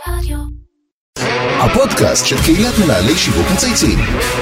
הפודקאסט של קהילת מנהלי שיווק מצייצים.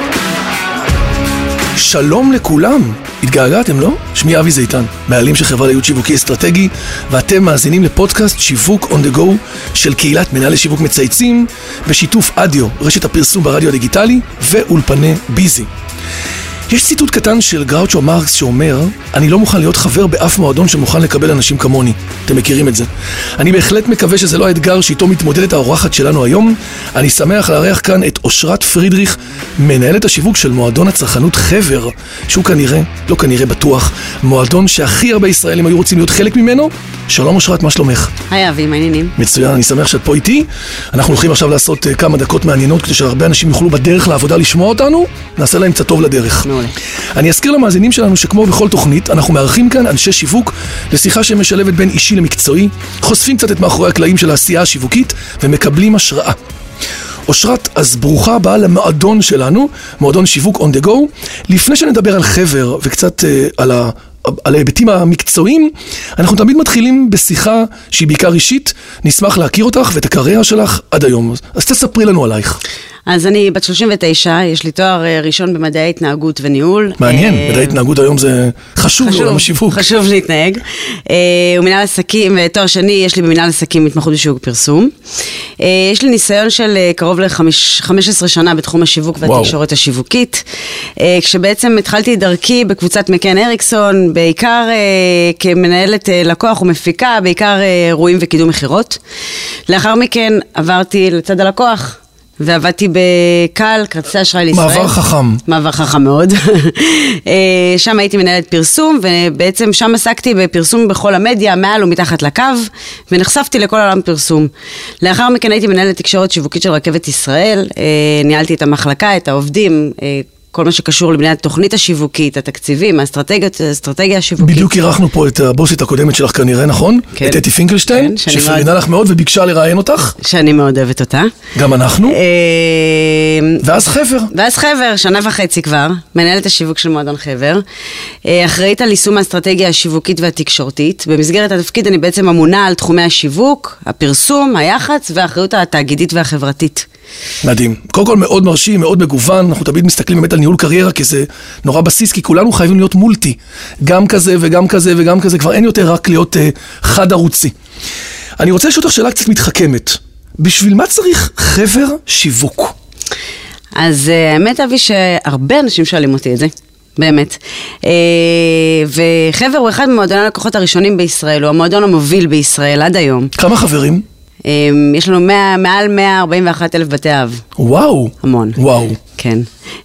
שלום לכולם, התגעגעתם, לא? שמי אבי זיתן, בעלים של חברה לייעוץ שיווקי אסטרטגי, ואתם מאזינים לפודקאסט שיווק on the go של קהילת מנהלי שיווק מצייצים, בשיתוף אדיו, רשת הפרסום ברדיו הדיגיטלי, ואולפני ביזי. יש ציטוט קטן של גראוצ'ו מרקס שאומר, אני לא מוכן להיות חבר באף מועדון שמוכן לקבל אנשים כמוני. אתם מכירים את זה. אני בהחלט מקווה שזה לא האתגר שאיתו מתמודדת האורחת שלנו היום. אני שמח לארח כאן את אושרת פרידריך, מנהלת השיווק של מועדון הצרכנות חבר, שהוא כנראה בטוח, מועדון שהכי הרבה ישראלים היו רוצים להיות חלק ממנו. שלום אושרת, מה שלומך? היי אבי, מה העניינים? מצוין, אני שמח שאת פה איתי. אנחנו הולכים עכשיו לעשות כמה דקות מעניינות כדי שהרבה אנשים יוכלו בדרך לעבודה לשמוע אותנו. נעשה להם קצת טוב לדרך. אני אזכיר למאזינים שלנו שכמו בכל תוכנית, אנחנו מארחים כאן אנשי שיווק לשיחה שמשלבת בין אישי למקצועי, חושפים קצת את מאחורי הקלעים של העשייה השיווקית ומקבלים השראה. אושרת, אז ברוכה הבאה למועדון שלנו, מועדון שיווק on the go. לפני שנדבר על חבר וקצת על ההיבטים המקצועיים, אנחנו תמיד מתחילים בשיחה שהיא בעיקר אישית. נשמח להכיר אותך ואת הקריירה שלך עד היום. אז תספרי לנו עלייך. אז אני בת 39, יש לי תואר ראשון במדעי התנהגות וניהול. מעניין, מדעי התנהגות היום זה חשוב לעולם השיווק. חשוב להתנהג. ומנהל עסקים, תואר שני יש לי במנהל עסקים התמחות בשיווק פרסום. יש לי ניסיון של קרוב ל-15 שנה בתחום השיווק והתקשורת השיווקית, כשבעצם התחלתי דרכי בקבוצת מקן אריקסון, בעיקר כמנהלת לקוח ומפיקה, בעיקר אירועים וקידום מחירות. לאחר מכן עברתי לצד הלקוח, ועבדתי בקל, כרטיסי אשראי לישראל. מעבר חכם. מעבר חכם מאוד. שם הייתי מנהלת פרסום, ובעצם שם עסקתי בפרסום בכל המדיה, מעל ומתחת לקו, ונחשפתי לכל העולם פרסום. לאחר מכן הייתי מנהלת תקשורת שיווקית של רכבת ישראל, ניהלתי את המחלקה, את העובדים, כל מה שקשור לבניית התוכנית השיווקית, התקציבים, האסטרטגיה השיווקית. בדיוק אירחנו פה את הבוסית הקודמת שלך כנראה, נכון? כן. את אתי פינקלשטיין, כן, שפרגנה לך מאוד וביקשה לראיין אותך. שאני מאוד אוהבת אותה. גם אנחנו. ואז חבר. ואז חבר, 1.5 שנה כבר, מנהלת השיווק של מועדון חבר. אחראית על יישום האסטרטגיה השיווקית והתקשורתית. במסגרת התפקיד אני בעצם אמונה על תחומי השיווק, הפרסום, היח"צ והאחריות התאגידית והחברתית. מדהים. קודם כל מאוד מרשים, מאוד מגוון. אנחנו תמיד מסתכלים באמת על ניהול קריירה, כי זה נורא בסיס, כי כולנו חייבים להיות מולטי. גם כזה וגם כזה וגם כזה. כבר אין יותר רק להיות חד ערוצי. אני רוצה לשאול אותך שאלה קצת מתחכמת. בשביל מה צריך חבר שיווק? אז האמת אבי שהרבה אנשים שואלים אותי את זה. באמת. וחבר הוא אחד ממועדוני הלקוחות הראשונים בישראל, הוא המועדון המוביל בישראל עד היום. כמה חברים? יש לנו מעל 141,000 בתי אב. וואו. המון. וואו. כן.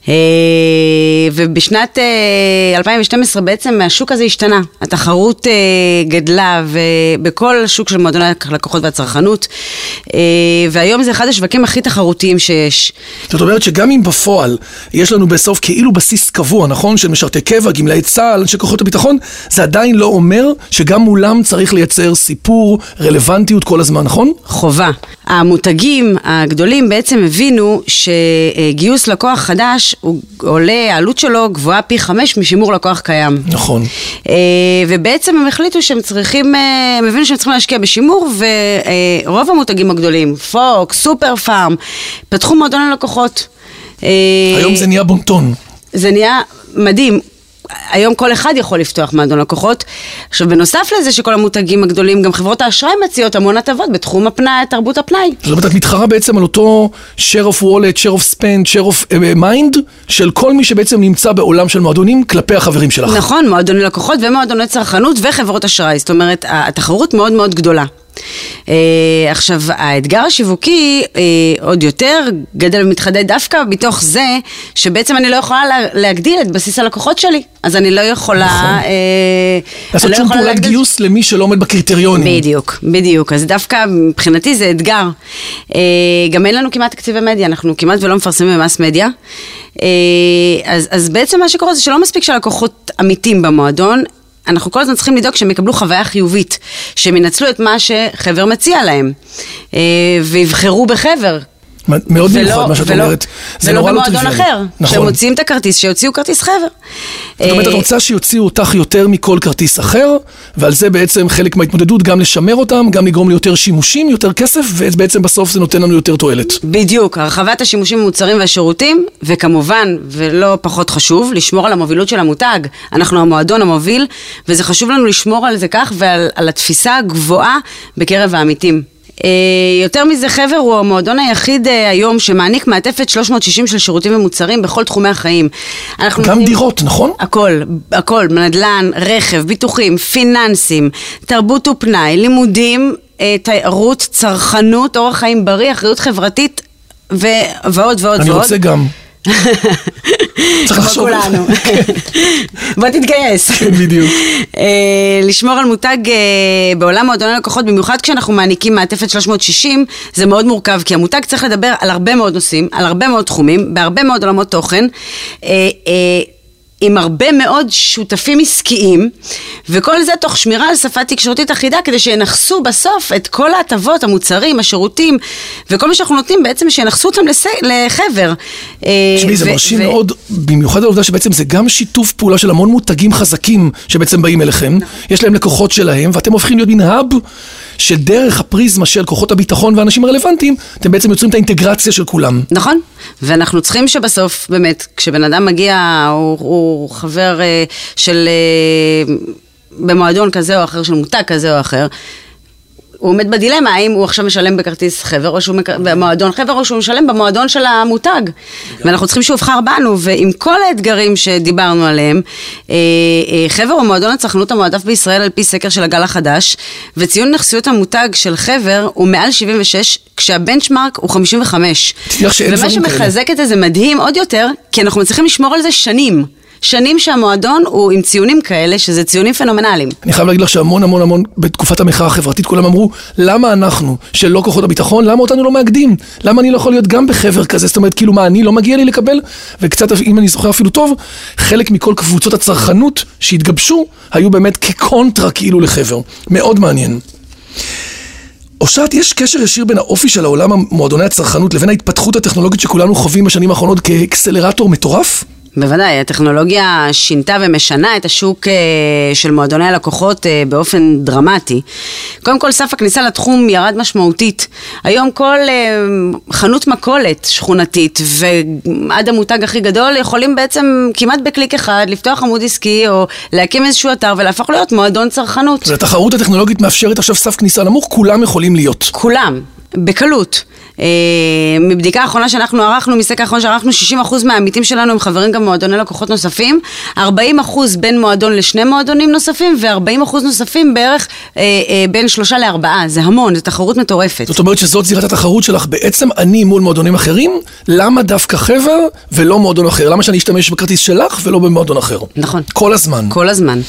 ובשנת 2012 בעצם השוק הזה השתנה. התחרות גדלה בכל השוק של מועדוני הלקוחות והצרכנות, והיום זה אחד השווקים הכי תחרותיים שיש. זאת אומרת שגם אם בפועל יש לנו בסוף כאילו בסיס קבוע, נכון? של משרתי קבע, גמלאי צה"ל, אנשי כוחות הביטחון, זה עדיין לא אומר שגם מולם צריך לייצר סיפור, רלוונטיות כל הזמן, נכון? חובה. המותגים הגדולים בעצם הבינו שגיוס לקוח חדש הוא עולה, העלות שלו גבוהה פי 5 משימור לקוח קיים. נכון. ובעצם הם החליטו שהם צריכים, הם הבינו שהם צריכים להשקיע בשימור, ורוב המותגים הגדולים, פוקס, סופר פארם, פתחו מועדון ללקוחות. היום זה נהיה בונטון. זה נהיה מדהים. היום כל אחד יכול לפתוח מועדון לקוחות. עכשיו, בנוסף לזה שכל המותגים הגדולים, גם חברות האשראי מציעות המון הטבות בתחום הפנאי, תרבות הפנאי. זאת אומרת, את מתחרה בעצם על אותו share of wallet, share of spend, share of mind, של כל מי שבעצם נמצא בעולם של מועדונים כלפי החברים שלך. נכון, מועדוני לקוחות ומועדוני צרכנות וחברות אשראי. זאת אומרת, התחרות מאוד מאוד גדולה. עכשיו, האתגר השיווקי עוד יותר גדל ומתחדד דווקא בתוך זה, שבעצם אני לא יכולה להגדיל את בסיס הלקוחות שלי, אז אני לא יכולה לעשות שום פעולת גיוס למי שלא עומד בקריטריונים. בדיוק, אז דווקא מבחינתי זה אתגר. גם אין לנו כמעט תקציבי מדיה, אנחנו כמעט ולא מפרסמים במס מדיה, אז בעצם מה שקורה זה שלא מספיק שהלקוחות אמיתים במועדון, אנחנו כל הזמן צריכים לדאוג שהם יקבלו חוויה חיובית, שהם ינצלו את מה שחבר מציע להם, ויבחרו בחבר. מאוד מיוחד מה שאת אומרת. ולא במועדון אחר. כשהם מוציאים את הכרטיס, שיוציאו כרטיס חבר. זאת אומרת, את רוצה שיוציאו אותך יותר מכל כרטיס אחר, ועל זה בעצם חלק מההתמודדות, גם לשמר אותם, גם לגרום ליותר שימושים, יותר כסף, ובעצם בסוף זה נותן לנו יותר תועלת. בדיוק, הרחבת השימושים במוצרים והשירותים, וכמובן, ולא פחות חשוב, לשמור על המובילות של המותג. אנחנו המועדון המוביל, וזה חשוב לנו לשמור על זה כך, ועל התפיסה הגבוהה בקרב העמיתים. יותר מזה, חבר הוא המועדון היחיד היום שמעניק מעטפת 360 של שירותים ומוצרים בכל תחומי החיים. גם דירות, נכון? הכל, נדל"ן, רכב, ביטוחים, פיננסים, תרבות ופנאי, לימודים, תיירות, צרכנות, אורח חיים בריא, אחריות חברתית ועוד. אני רוצה גם. צריך לחשוב. בוא תתגייס. בדיוק. לשמור על מותג בעולם מועדוני לקוחות, במיוחד כשאנחנו מעניקים מעטפת 360, זה מאוד מורכב, כי המותג צריך לדבר על הרבה מאוד נושאים, על הרבה מאוד תחומים, בהרבה מאוד עולמות תוכן, עם הרבה מאוד שותפים עסקיים, וכל זה תוך שמירה על שפה תקשורתית אחידה, כדי שינחסו בסוף את כל ההטבות, המוצרים, השירותים, וכל מה שאנחנו נותנים בעצם שינחסו אותם לחבר. תשמעי, זה מרשים מאוד, במיוחד העובדה שבעצם זה גם שיתוף פעולה של המון מותגים חזקים שבעצם באים אליכם, יש להם לקוחות שלהם, ואתם הופכים להיות מן האב, שדרך הפריזמה של כוחות הביטחון והאנשים הרלוונטיים, אתם בעצם יוצרים את האינטגרציה של כולם. נכון, ואנחנו צריכים שבסוף, באמת, כשבן אדם מגיע, הוא חבר של, במועדון כזה או אחר, של מותג כזה או אחר, הוא עומד בדילמה, האם הוא עכשיו משלם בכרטיס חבר, או שהוא במועדון חבר, או שהוא משלם במועדון של המותג. ואנחנו צריכים שהוא יבחר בנו, ועם כל האתגרים שדיברנו עליהם, חבר הוא מועדון הצרכנות המועדף בישראל על פי סקר של הגל החדש, וציון נכסיות המותג של חבר הוא מעל 76, כשהבנצ'מרק הוא 55. ומה שמחזק את זה מדהים עוד יותר, כי אנחנו מצליחים לשמור על זה שנים שהמועדון הוא עם ציונים כאלה, שזה ציונים פנומנליים. אני חייב להגיד לך שהמון בתקופת המחאה החברתית, כולם אמרו, למה אנחנו, שלא כוחות הביטחון, למה אותנו לא מאגדים? למה אני לא יכול להיות גם בחבר כזה? זאת אומרת, כאילו מה, אני לא מגיע לי לקבל? וקצת, אם אני זוכר אפילו טוב, חלק מכל קבוצות הצרכנות שהתגבשו, היו באמת כקונטרה כאילו לחבר. מאוד מעניין. אושרת, יש קשר ישיר בין האופי של העולם המועדוני הצרכנות לבין ההתפתחות הטכנולוגית שכולנו חווים בשנים האחרונות כאקסלרטור מטורף? בוודאי, הטכנולוגיה שינתה ומשנה את השוק של מועדוני הלקוחות באופן דרמטי. קודם כל, סף הכניסה לתחום ירד משמעותית. היום כל חנות מכולת שכונתית ועד המותג הכי גדול יכולים בעצם כמעט בקליק אחד לפתוח עמוד עסקי או להקים איזשהו אתר ולהפוך להיות מועדון צרכנות. התחרות הטכנולוגית מאפשרת עכשיו סף כניסה נמוך, כולם יכולים להיות. כולם, בקלות. מבדיקה האחרונה שאנחנו ערכנו, מסקר האחרון שערכנו, 60% מהעמיתים שלנו הם חברים גם מועדוני לקוחות נוספים, 40% בין מועדון לשני מועדונים נוספים, ו40% נוספים בערך בין 3 ל4. זה המון, זו תחרות מטורפת. זאת אומרת שזאת זירת התחרות שלך, בעצם אני מול מועדונים אחרים, למה דווקא חבר ולא מועדון אחר? למה שאני אשתמש בכרטיס שלך ולא במועדון אחר? נכון. כל הזמן. כל הזמן.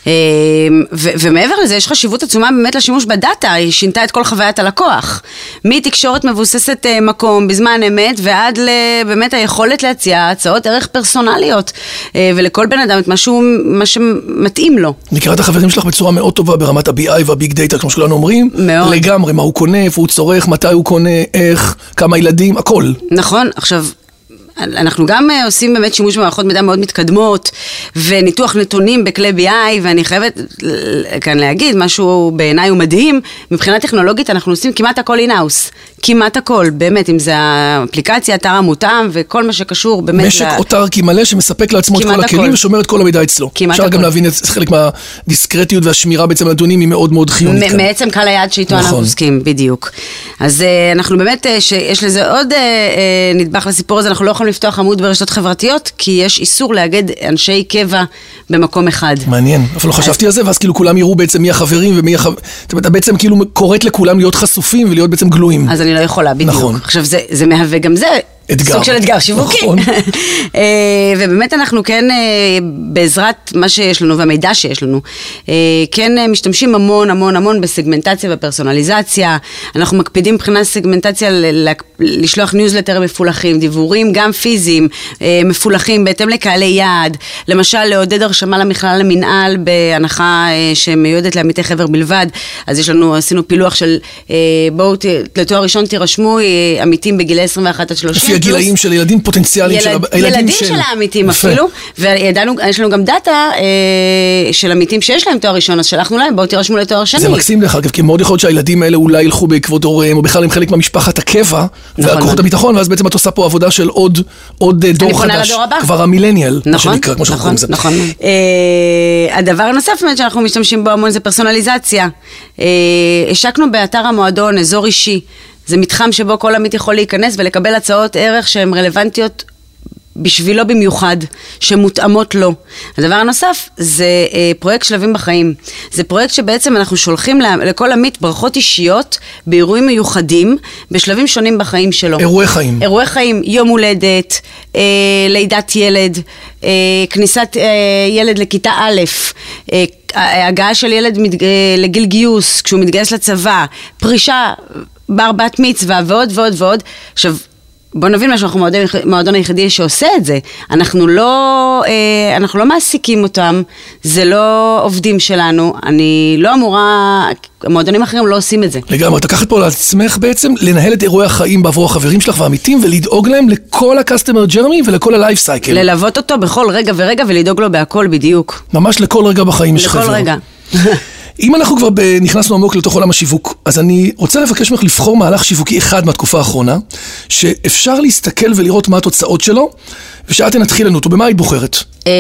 ומעבר לזה, יש חשיבות עצומה באמת לשימוש בדאטה, היא שינתה את כל חוויית הלקוח. מתקשורת מבוססת מקום בזמן אמת ועד באמת היכולת להציע הצעות ערך פרסונליות ולכל בן אדם את מה שמתאים לו. נקרא את החברים שלך בצורה מאוד טובה ברמת ה-BI וה-Big Data, כמו שכולנו אומרים. מאוד. לגמרי, מה הוא קונה, איפה הוא צורך, מתי הוא קונה, איך, כמה ילדים, הכל. נכון, עכשיו אנחנו גם עושים באמת שימוש במערכות מידע מאוד מתקדמות וניתוח נתונים בכלי BI, ואני חייבת כאן להגיד משהו בעיניי הוא מדהים, מבחינה טכנולוגית אנחנו עושים כמעט הכל אין-האוס, כמעט הכל, באמת, אם זה האפליקציה, אתר המותאם וכל מה שקשור באמת משק אוטרקי מלא שמספק לעצמו את כל הכלים ושומר את כל המידע אצלו. אפשר גם להבין את חלק מהדיסקרטיות והשמירה בעצם לנתונים היא מאוד מאוד חיונית. מעצם קהל היעד שאיתו אנחנו עוסקים, בדיוק. אז אנחנו באמת, שיש לזה עוד נדבך לסיפור הזה, אנחנו לא יכולים לפתוח עמוד ברשתות חברתיות, כי יש איסור לאגד אנשי קבע במקום אחד. מעניין, אבל לא חשבתי על זה, ואז כאילו כולם יראו בעצם מי החברים ומי אתה בעצם כאילו קוראת לכולם להיות חשופים ולהיות בעצם גלויים. אז אני לא יכולה, בדיוק. נכון. עכשיו, זה מהווה גם זה אתגר. סוג של אתגר שיווקי. נכון. ובאמת אנחנו כן, בעזרת מה שיש לנו והמידע שיש לנו, כן משתמשים המון המון המון בסגמנטציה ופרסונליזציה. אנחנו מקפידים מבחינת סגמנטציה לשלוח ניוזלטר מפולחים, דיוורים גם פיזיים, מפולחים בהתאם לקהלי יעד. למשל, לעודד הרשמה למכלל למנהל בהנחה שמיועדת לעמיתי חבר בלבד. אז עשינו פילוח של בואו לתואר ראשון תירשמו עמיתים בגילי 21 עד 30. לפי הגילאים של ילדים פוטנציאליים, ילדים של העמיתים אפילו, ויש לנו גם דאטה של עמיתים שיש להם תואר ראשון, אז שלחנו להם, בואו תירשמו לתואר שני. זה מקסים לך, כי מאוד יכול להיות שהילדים האלה אולי ילכו בעקבות הוריהם, או בכלל הם חלק מהמשפחת הקבע, והכוחות הביטחון, ואז בעצם את עושה פה עבודה של עוד דור חדש, כבר המילניאל, מה שנקרא, כמו שאנחנו קוראים לזה. נכון. הדבר הנוסף באמת שאנחנו משתמשים בו המון זה פרסונליזציה. השקנו באתר המועדון אזור אישי, זה מתחם שבו כל עמית יכול להיכנס ולקבל הצעות ערך שהן רלוונטיות בשבילו במיוחד, שמותאמות לו. הדבר הנוסף זה פרויקט שלבים בחיים. זה פרויקט שבעצם אנחנו שולחים לכל עמית ברכות אישיות באירועים מיוחדים, בשלבים שונים בחיים שלו. אירועי חיים. אירועי חיים, יום הולדת, לידת ילד, כניסת ילד לכיתה א', הגעה של ילד לגיל גיוס, כשהוא מתגייס לצבא, פרישה, בת מצווה ועוד ועוד ועוד. עכשיו, בוא נבין מה שאנחנו מועדון היחידי שעושה את זה. אנחנו לא מעסיקים אותם, זה לא עובדים שלנו, אני לא אמורה, המועדונים האחרים לא עושים את זה. לגמרי, תקחת פה לעצמך בעצם לנהל את אירועי החיים בעבור החברים שלך והעמיתים, ולדאוג להם לכל ה-customer journey ולכל ה-life cycle. ללוות אותו בכל רגע ורגע ולדאוג לו בהכל בדיוק. ממש לכל רגע בחיים שלך. לכל רגע. אם אנחנו כבר נכנסנו עמוק לתוך עולם השיווק, אז אני רוצה לבקש ממך לבחור מהלך שיווקי אחד מהתקופה האחרונה, שאפשר להסתכל ולראות מה התוצאות שלו, ושאת תנתחיל לנו אותו. במה היית בוחרת?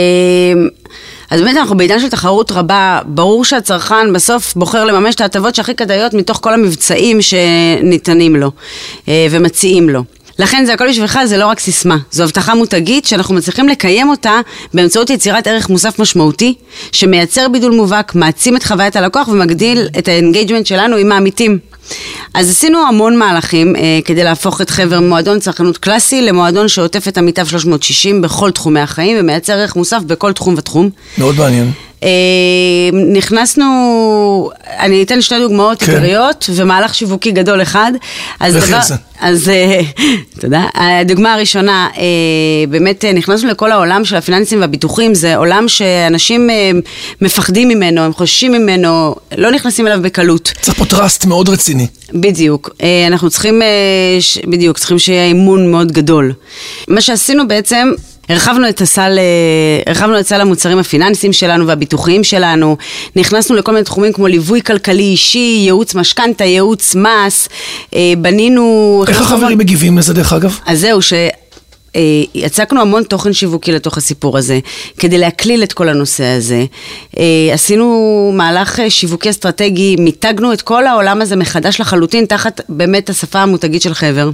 אז באמת אנחנו בעידן של תחרות רבה, ברור שהצרכן בסוף בוחר לממש את ההטבות שהכי כדאיות מתוך כל המבצעים שניתנים לו ומציעים לו. לכן זה הכל בשבילך, זה לא רק סיסמה, זו הבטחה מותגית שאנחנו מצליחים לקיים אותה באמצעות יצירת ערך מוסף משמעותי, שמייצר בידול מובהק, מעצים את חוויית הלקוח ומגדיל את האנגייג'מנט שלנו עם העמיתים. אז עשינו המון מהלכים כדי להפוך את חבר מועדון צרכנות קלאסי למועדון שעוטף את עמיתיו 360 בכל תחומי החיים ומייצר ערך מוסף בכל תחום ותחום. מאוד מעניין. נכנסנו, אני אתן שתי דוגמאות עיקריות ומהלך שיווקי גדול אחד. אז תודה. הדוגמה הראשונה, באמת נכנסנו לכל העולם של הפיננסים והביטוחים, זה עולם שאנשים מפחדים ממנו, הם חוששים ממנו, לא נכנסים אליו בקלות. צריך פה טראסט מאוד רציני. בדיוק. אנחנו צריכים שיהיה אימון מאוד גדול. מה שעשינו בעצם, הרחבנו את סל המוצרים הפיננסיים שלנו והביטוחיים שלנו, נכנסנו לכל מיני תחומים כמו ליווי כלכלי אישי, ייעוץ משכנתא, ייעוץ מס, בנינו... איך החברים מגיבים לזה דרך אגב? אז זהו יצקנו המון תוכן שיווקי לתוך הסיפור הזה, כדי להקליל את כל הנושא הזה. עשינו מהלך שיווקי אסטרטגי, מיתגנו את כל העולם הזה מחדש לחלוטין, תחת באמת השפה המותגית של חבר.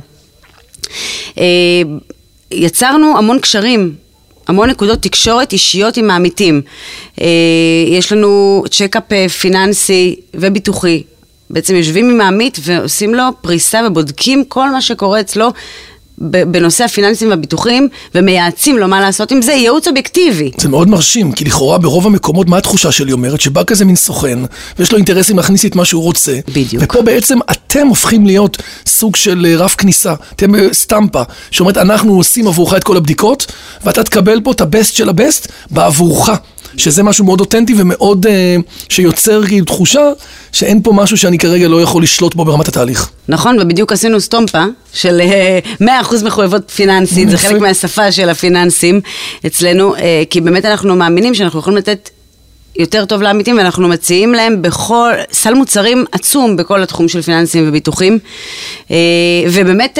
יצרנו המון קשרים, המון נקודות תקשורת אישיות עם העמיתים. יש לנו צ'קאפ פיננסי וביטוחי. בעצם יושבים עם העמית ועושים לו פריסה ובודקים כל מה שקורה אצלו בנושא הפיננסים והביטוחים, ומייעצים לו מה לעשות עם זה, ייעוץ אובייקטיבי. זה מאוד מרשים, כי לכאורה ברוב המקומות, מה התחושה שלי אומרת? שבא כזה מין סוכן, ויש לו אינטרסים להכניס את מה שהוא רוצה. בדיוק. ופה בעצם אתם הופכים להיות סוג של רף כניסה. אתם סטמפה, שאומרת, אנחנו עושים עבורך את כל הבדיקות, ואתה תקבל פה את הבסט של הבסט בעבורך. שזה משהו מאוד אותנטי ומאוד שיוצר תחושה שאין פה משהו שאני כרגע לא יכול לשלוט בו ברמת התהליך. נכון, ובדיוק עשינו סטומפה של 100% מחויבות פיננסית, זה חלק מהשפה של הפיננסים אצלנו, כי באמת אנחנו מאמינים שאנחנו יכולים לתת יותר טוב לעמיתים, ואנחנו מציעים להם בכל סל מוצרים עצום בכל התחום של פיננסים וביטוחים, ובאמת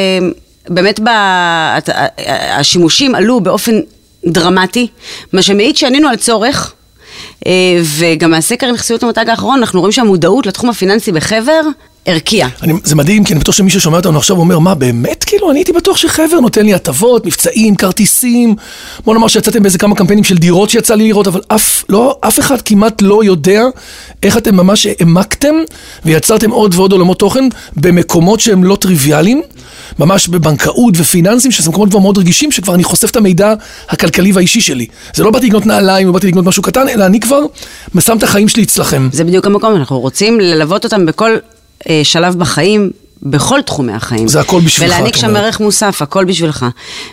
השימושים עלו באופן דרמטי, מה שמעיד שענינו על צורך, וגם מהסקר נכסיות המותג האחרון, אנחנו רואים שהמודעות לתחום הפיננסי בחבר הרקיע. זה מדהים, כי אני בטוח שמי ששומע אותנו עכשיו אומר, מה, באמת? כאילו, אני הייתי בטוח שחבר נותן לי הטבות, מבצעים, כרטיסים. בוא נאמר שיצאתם באיזה כמה קמפיינים של דירות שיצא לי לראות, אבל אף אחד כמעט לא יודע איך אתם ממש העמקתם ויצרתם עוד ועוד עולמות תוכן במקומות שהם לא טריוויאליים, ממש בבנקאות ופיננסים, שזה מקומות כבר מאוד רגישים, שכבר אני חושף את המידע הכלכלי והאישי שלי. זה לא באתי לקנות נעליים, או באתי לקנות משהו קטן, אלא אני כבר מסם את החיים שלי אצלכם. זה בדיוק המקום, אנחנו רוצים ללוות אותם בכל שלב בחיים, בכל תחומי החיים. זה הכל בשבילך. ולהעניק שם ערך מוסף, הכל בשבילך.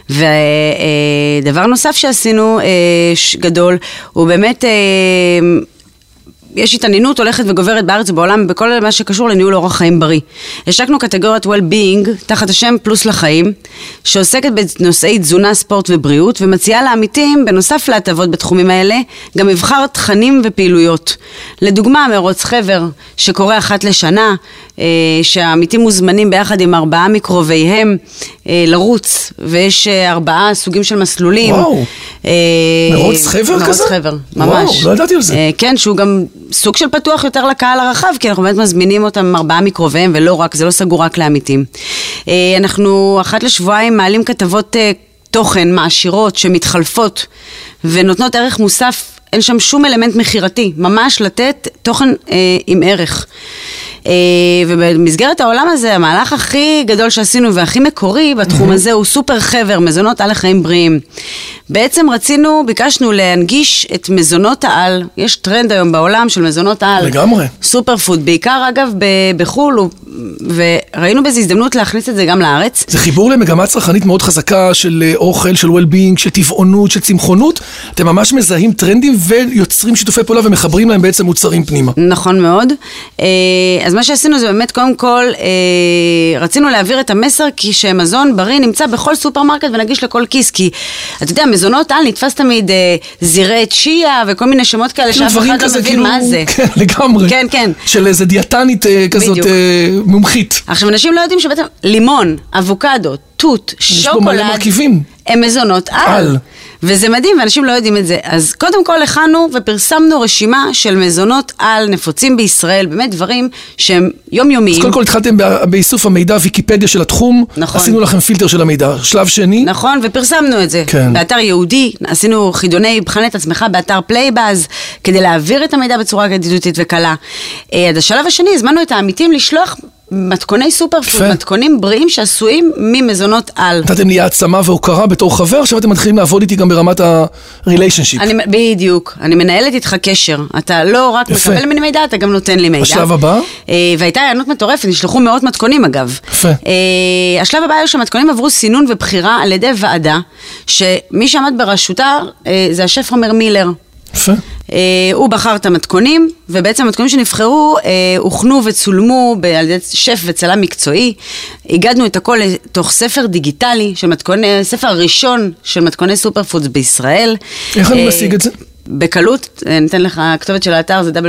ודבר נוסף שעשינו גדול, הוא באמת יש התעניינות הולכת וגוברת בארץ ובעולם בכל מה שקשור לניהול אורח חיים בריא. השקנו קטגוריית well-being תחת השם פלוס לחיים, שעוסקת בנושאי תזונה, ספורט ובריאות, ומציעה לעמיתים, בנוסף להטבות בתחומים האלה, גם מבחר תכנים ופעילויות. לדוגמה, מרוץ חבר שקורה אחת לשנה, שהעמיתים מוזמנים ביחד עם 4 מקרוביהם לרוץ, ויש 4 סוגים של מסלולים. וואו, מרוץ חבר כזה? מרוץ חבר, ממש. וואו, לא ידעתי על זה. כן, שהוא גם סוג של פתוח יותר לקהל הרחב, כי אנחנו באמת מזמינים אותם 4 מקרוביהם, ולא רק, זה לא סגור רק לעמיתים. אנחנו אחת לשבועיים מעלים כתבות תוכן מעשירות שמתחלפות, ונותנות ערך מוסף, אין שם שום אלמנט מחירתי, ממש לתת תוכן עם ערך. ובמסגרת העולם הזה, המהלך הכי גדול שעשינו והכי מקורי בתחום הזה הוא סופר חבר, מזונות על לחיים בריאים. בעצם ביקשנו להנגיש את מזונות העל, יש טרנד היום בעולם של מזונות העל. לגמרי. סופר פוד, בעיקר אגב בחול, וראינו בזה הזדמנות להכניס את זה גם לארץ. זה חיבור למגמה צרכנית מאוד חזקה של אוכל, של well-being, של טבעונות, של צמחונות. אתם ממש מזהים טרנדים ויוצרים שיתופי פעולה ומחברים להם בעצם מוצרים פנימה. נכון מאוד. אז מה שעשינו זה באמת קודם כל, רצינו להעביר את המסר כי שמזון בריא נמצא בכל סופרמרקט ונגיש לכל כיס, כי אתה יודע, מזונות על נתפס תמיד זירי צ'יה וכל מיני שמות כאלה שאף אחד לא מבין מה זה. כן, לגמרי. כן, כן. של איזה דיאטנית כזאת מומחית. עכשיו, אנשים לא יודעים שבעצם לימון, אבוקדו, תות, שוקולד, הם מזונות על. וזה מדהים, ואנשים לא יודעים את זה. אז קודם כל הכנו ופרסמנו רשימה של מזונות על נפוצים בישראל, באמת דברים שהם יומיומיים. אז קודם כל התחלתם באיסוף המידע, ויקיפדיה של התחום, נכון. עשינו לכם פילטר של המידע. שלב שני. נכון, ופרסמנו את זה. כן. באתר יהודי, עשינו חידוני בחן את עצמך באתר פלייבאז, כדי להעביר את המידע בצורה ידידותית וקלה. עד השלב השני, הזמנו את העמיתים לשלוח מתכוני סופר פוד, מתכונים בריאים שעשויים ממזונות על. נתתם לי העצמה והוקרה בתור חבר, עכשיו אתם מתחילים לעבוד איתי גם ברמת הריליישנשיפ. בדיוק, אני מנהלת איתך קשר. אתה לא רק מקבל ממני מידע, אתה גם נותן לי מידע. השלב הבא? והייתה הענות מטורפת, נשלחו מאות מתכונים אגב. יפה. השלב הבא היה שהמתכונים עברו סינון ובחירה על ידי ועדה, שמי שעמד בראשותה זה השף עומר מילר. יפה. הוא בחר את המתכונים, ובעצם המתכונים שנבחרו הוכנו וצולמו על ידי שף וצלם מקצועי. הגדנו את הכל לתוך ספר דיגיטלי, ספר הראשון של מתכוני סופר פודס בישראל. איך אני משיג את זה? בקלות, ניתן לך, הכתובת של האתר זה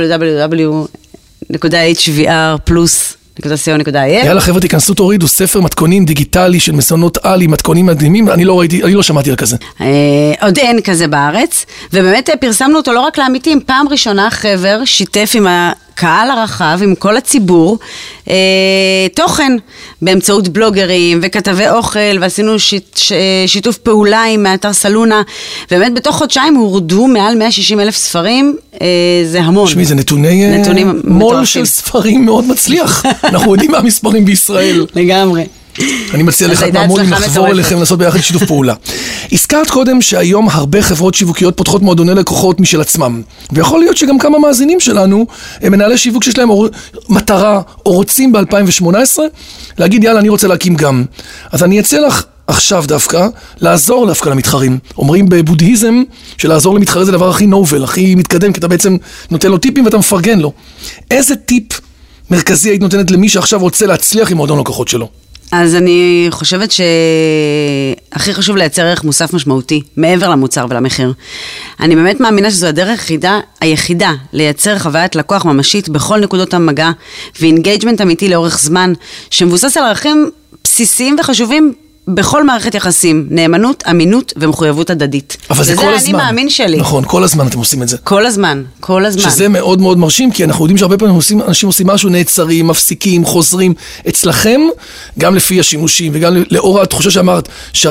www.hvr+.co.il. יאללה חבר'ה, תיכנסו תורידו ספר מתכונים דיגיטלי של מזונות על עם מתכונים מדהימים, אני לא שמעתי על כזה. עוד אין כזה בארץ, ובאמת פרסמנו אותו לא רק לעמיתים, פעם ראשונה חבר שיתף עם הקהל הרחב, עם כל הציבור, תוכן באמצעות בלוגרים וכתבי אוכל, ועשינו שיתוף פעולה עם האתר סלונה, ובאמת בתוך חודשיים הורדו מעל 160,000 ספרים, זה המון. שמי, זה נתונים מול של ספרים מאוד מצליח. אנחנו יודעים מה המספרים בישראל. לגמרי. אני מציע לך מהמונים לחבור אליכם לעשות ביחד שיתוף פעולה. הזכרת קודם שהיום הרבה חברות שיווקיות פותחות מועדוני לקוחות משל עצמם, ויכול להיות שגם כמה מאזינים שלנו הם מנהלי שיווק שיש להם מטרה או רוצים ב-2018 להגיד יאללה אני רוצה להקים גם. אז אני אצא לך עכשיו דווקא לעזור דווקא למתחרים. אומרים בבודהיזם שלעזור למתחרה זה הדבר הכי נובל, הכי מתקדם, כי אתה בעצם נותן לו טיפים ואתה מפרגן לו. איזה טיפ מרכזי היית נותנת למי שעכשיו רוצה להצליח עם מועדון לקוחות שלו? אז אני חושבת שהכי חשוב לייצר ערך מוסף משמעותי, מעבר למוצר ולמחיר. אני באמת מאמינה שזו הדרך היחידה לייצר חוויית לקוח ממשית בכל נקודות המגע, ואינגייג'מנט אמיתי לאורך זמן, שמבוסס על ערכים בסיסיים וחשובים בכל מערכת יחסים, נאמנות, אמינות ומחויבות הדדית. אבל זה כל הזמן. וזה אני מאמין שלי. נכון, כל הזמן אתם עושים את זה. כל הזמן, כל הזמן. שזה מאוד מאוד מרשים, כי אנחנו יודעים שהרבה פעמים אנשים עושים משהו, נעצרים, מפסיקים, חוזרים. אצלכם, גם לפי השימושים וגם לאור התחושה שאמרת,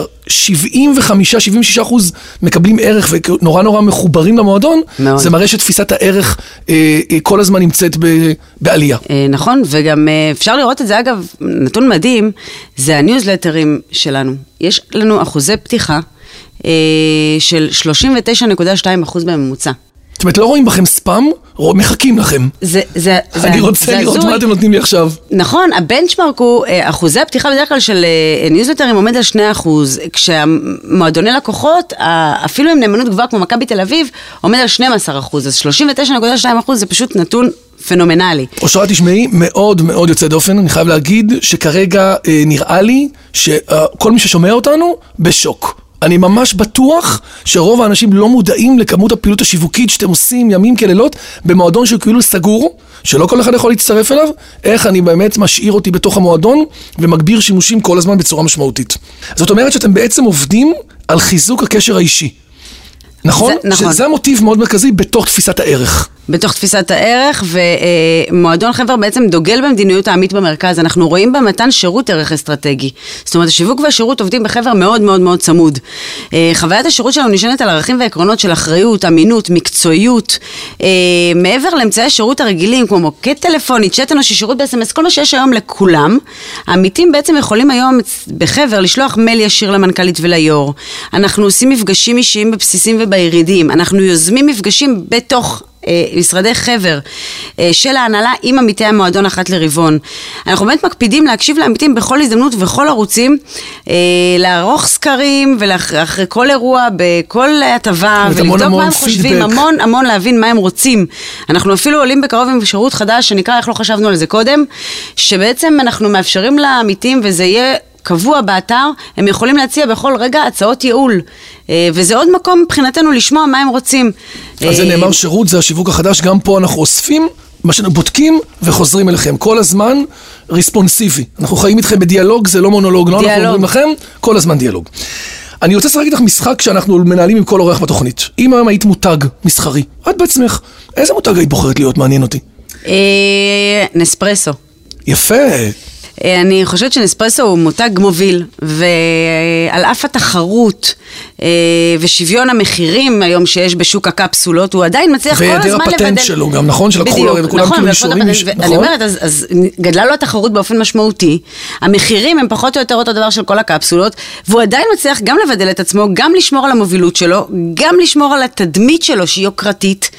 ש75-76% מקבלים ערך ונורא נורא מחוברים למועדון, מאוד. זה מראה שתפיסת הערך כל הזמן נמצאת בעלייה. נכון, וגם אפשר לראות את זה, אגב, נתון מדהים, זה הניוזלטרים שלנו. יש לנו אחוזי פתיחה של 39.2% בממוצע. זאת אומרת, לא רואים בכם ספאם, מחכים לכם. אני רוצה לראות מה אתם נותנים לי עכשיו. נכון, הבנצ'מרק הוא, אחוזי הפתיחה בדרך כלל של ניוזלטרים עומד על 2%, כשהמועדוני לקוחות, אפילו עם נאמנות גבוהה כמו מכבי תל אביב, עומד על 12%, אז 39.2% זה פשוט נתון פנומנלי. אושרת, תשמעי, מאוד מאוד יוצא דופן, אני חייב להגיד שכרגע נראה לי שכל מי ששומע אותנו בשוק. אני ממש בטוח שרוב האנשים לא מודעים לכמות הפעילות השיווקית שאתם עושים ימים כלילות במועדון שהוא כאילו סגור, שלא כל אחד יכול להצטרף אליו, איך אני באמת משאיר אותי בתוך המועדון ומגביר שימושים כל הזמן בצורה משמעותית. זאת אומרת שאתם בעצם עובדים על חיזוק הקשר האישי. נכון? נכון. שזה המוטיב מאוד מרכזי בתוך תפיסת הערך. בתוך תפיסת הערך, ומועדון חבר בעצם דוגל במדיניות העמית במרכז. אנחנו רואים במתן שירות ערך אסטרטגי. זאת אומרת, השיווק והשירות עובדים בחבר מאוד מאוד מאוד צמוד. חוויית השירות שלנו נשענת על ערכים ועקרונות של אחריות, אמינות, מקצועיות. מעבר לאמצעי השירות הרגילים, כמו מוקד טלפוני, צ'אט אנושי, שירות ב-SMS, כל מה שיש היום לכולם, העמיתים בעצם יכולים היום בחבר לשלוח מייל ישיר למנכ"לית וליו"ר. אנחנו עושים מפגשים אישיים בבסיסים ובירידים. אנחנו יוזמים מפגשים בתוך משרדי חבר של ההנהלה עם עמיתי המועדון אחת לרבעון. אנחנו באמת מקפידים להקשיב לעמיתים בכל הזדמנות וכל ערוצים, לערוך סקרים ולאחרי כל אירוע, בכל הטבה, ולבדוק מה הם חושבים, המון להבין מה הם רוצים. אנחנו אפילו עולים בקרוב עם שירות חדש שנקרא איך לא חשבנו על זה קודם, שבעצם אנחנו מאפשרים לעמיתים וזה יהיה קבוע באתר, הם יכולים להציע בכל רגע הצעות ייעול, וזה עוד מקום מבחינתנו לשמוע מה הם רוצים. אז זה נאמר שירות, זה השיווק החדש, גם פה אנחנו אוספים, מה שאנחנו בודקים וחוזרים אליכם, כל הזמן ריספונסיבי. אנחנו חיים איתכם בדיאלוג, זה לא מונולוג, לא אנחנו אומרים לכם, כל הזמן דיאלוג. אני רוצה לשחק איתך משחק שאנחנו מנהלים עם כל אורח בתוכנית. אם היום היית מותג מסחרי, את בעצמך, איזה מותג היית בוחרת להיות? מעניין אותי. נספרסו. יפה. אני חושבת שנספרסו הוא מותג מוביל, ועל אף התחרות ושוויון המחירים היום שיש בשוק הקפסולות, הוא עדיין מצליח כל הזמן לבדל. והיעדר הפטנט שלו גם, נכון? שלקחו לו וכולם כאילו נשארים. אני אומרת, אז גדלה לו התחרות באופן משמעותי, המחירים הם פחות או יותר אותו דבר של כל הקפסולות, והוא עדיין מצליח גם לבדל את עצמו, גם לשמור על המובילות שלו, גם לשמור על התדמית שלו שהיא יוקרתית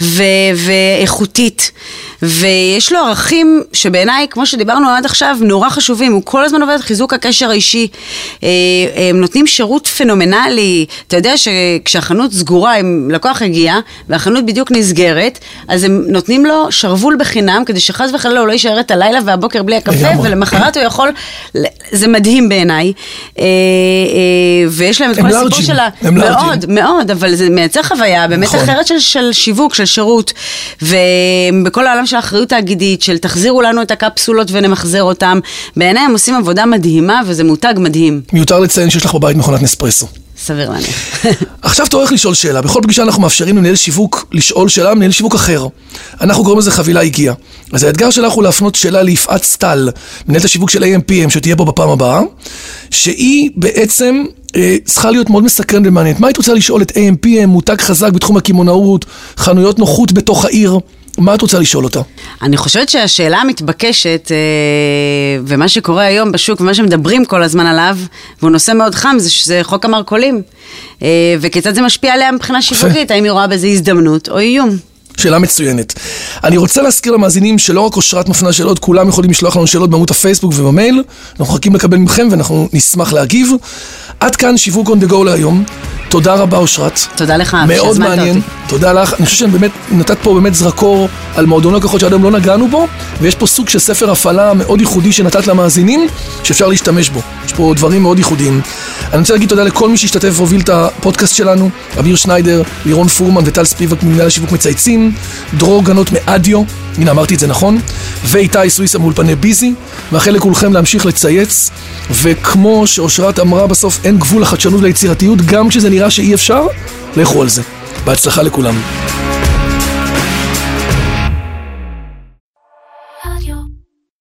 ואיכותית, ויש לו ערכים שבעיניי, כמו שדיברנו עד עכשיו, נורא חשובים. הוא כל הזמן עובד חיזוק הקשר האישי. הם נותנים שירות פנומנלי. אתה יודע שכשהחנות סגורה, אם לקוח הגיע, והחנות בדיוק נסגרת, אז הם נותנים לו שרבול בחינם, כדי שחס וחלילה הוא לא יישאר את הלילה והבוקר בלי הקפה, ולמחרת הוא יכול, זה מדהים בעיניי. ויש להם את כל הסיפור שלה. מאוד, מאוד, אבל זה מייצר חוויה באמת אחרת של שיווק, של שירות. ובכל העולם של האחריות תאגידית, של תחזירו לנו את הקפסולות ונמחזר אותם. בעיניי הם עושים עבודה מדהימה, וזה מותג מדהים. מיותר לציין שיש לך בבית מכונת נספרסו. סביר להניח. עכשיו תורך לשאול שאלה. בכל פגישה אנחנו מאפשרים למנהל שיווק לשאול שאלה, מנהל שיווק אחר. אנחנו קוראים לזה חבילה הגיעה. אז האתגר שלך הוא להפנות שאלה ליפעת סטל, מנהלת השיווק של AMPM, שתהיה פה בפעם הבאה, שהיא בעצם צריכה להיות מאוד מסקרנת ומעניינת. מה היית רוצה לשאול את AMPM, מותג חזק בתחום הקמעונאות, חנויות נוחות בתוך העיר? מה את רוצה לשאול אותה? אני חושבת שהשאלה המתבקשת, ומה שקורה היום בשוק, ומה שמדברים כל הזמן עליו, והוא נושא מאוד חם, זה חוק המרכולים. וכיצד זה משפיע עליה מבחינה שיווקית? האם היא רואה בזה הזדמנות או איום? שאלה מצוינת. אני רוצה להזכיר למאזינים שלא רק אושרת מפנה שאלות, כולם יכולים לשלוח לנו שאלות בעמוד הפייסבוק ובמייל. אנחנו מחכים לקבל מכם ואנחנו נשמח להגיב. עד כאן שיווק on the go להיום. תודה רבה אושרת. תודה לך, מאוד מעניין. תודה לך. אני חושב שבאמת נתת פה באמת זרקור על מועדון לקוחות שעד היום לא נגענו בו, ויש פה סוג של ספר הפעלה מאוד ייחודי שנתת למאזינים, שאפשר להשתמש בו. יש פה דברים מאוד ייחודיים. אני רוצה להגיד תודה לכל מי שהשתתף והוביל את הפודקאסט שלנו, אביר שניידר, לירון פורמן וטל ספיבק ממנהל לשיווק מצייצים, דרור גנות מאדיו, הנה אמרתי את זה נכון, ואיתי סוויסה מאולפני ביזי, מאחל לכולכם להמשיך לצייץ, וכמו שאושרת אמרה בסוף, אין גבול לחדשנות וליצירתיות, גם כשזה נראה שאי אפשר, לכו על זה. בהצלחה לכולם.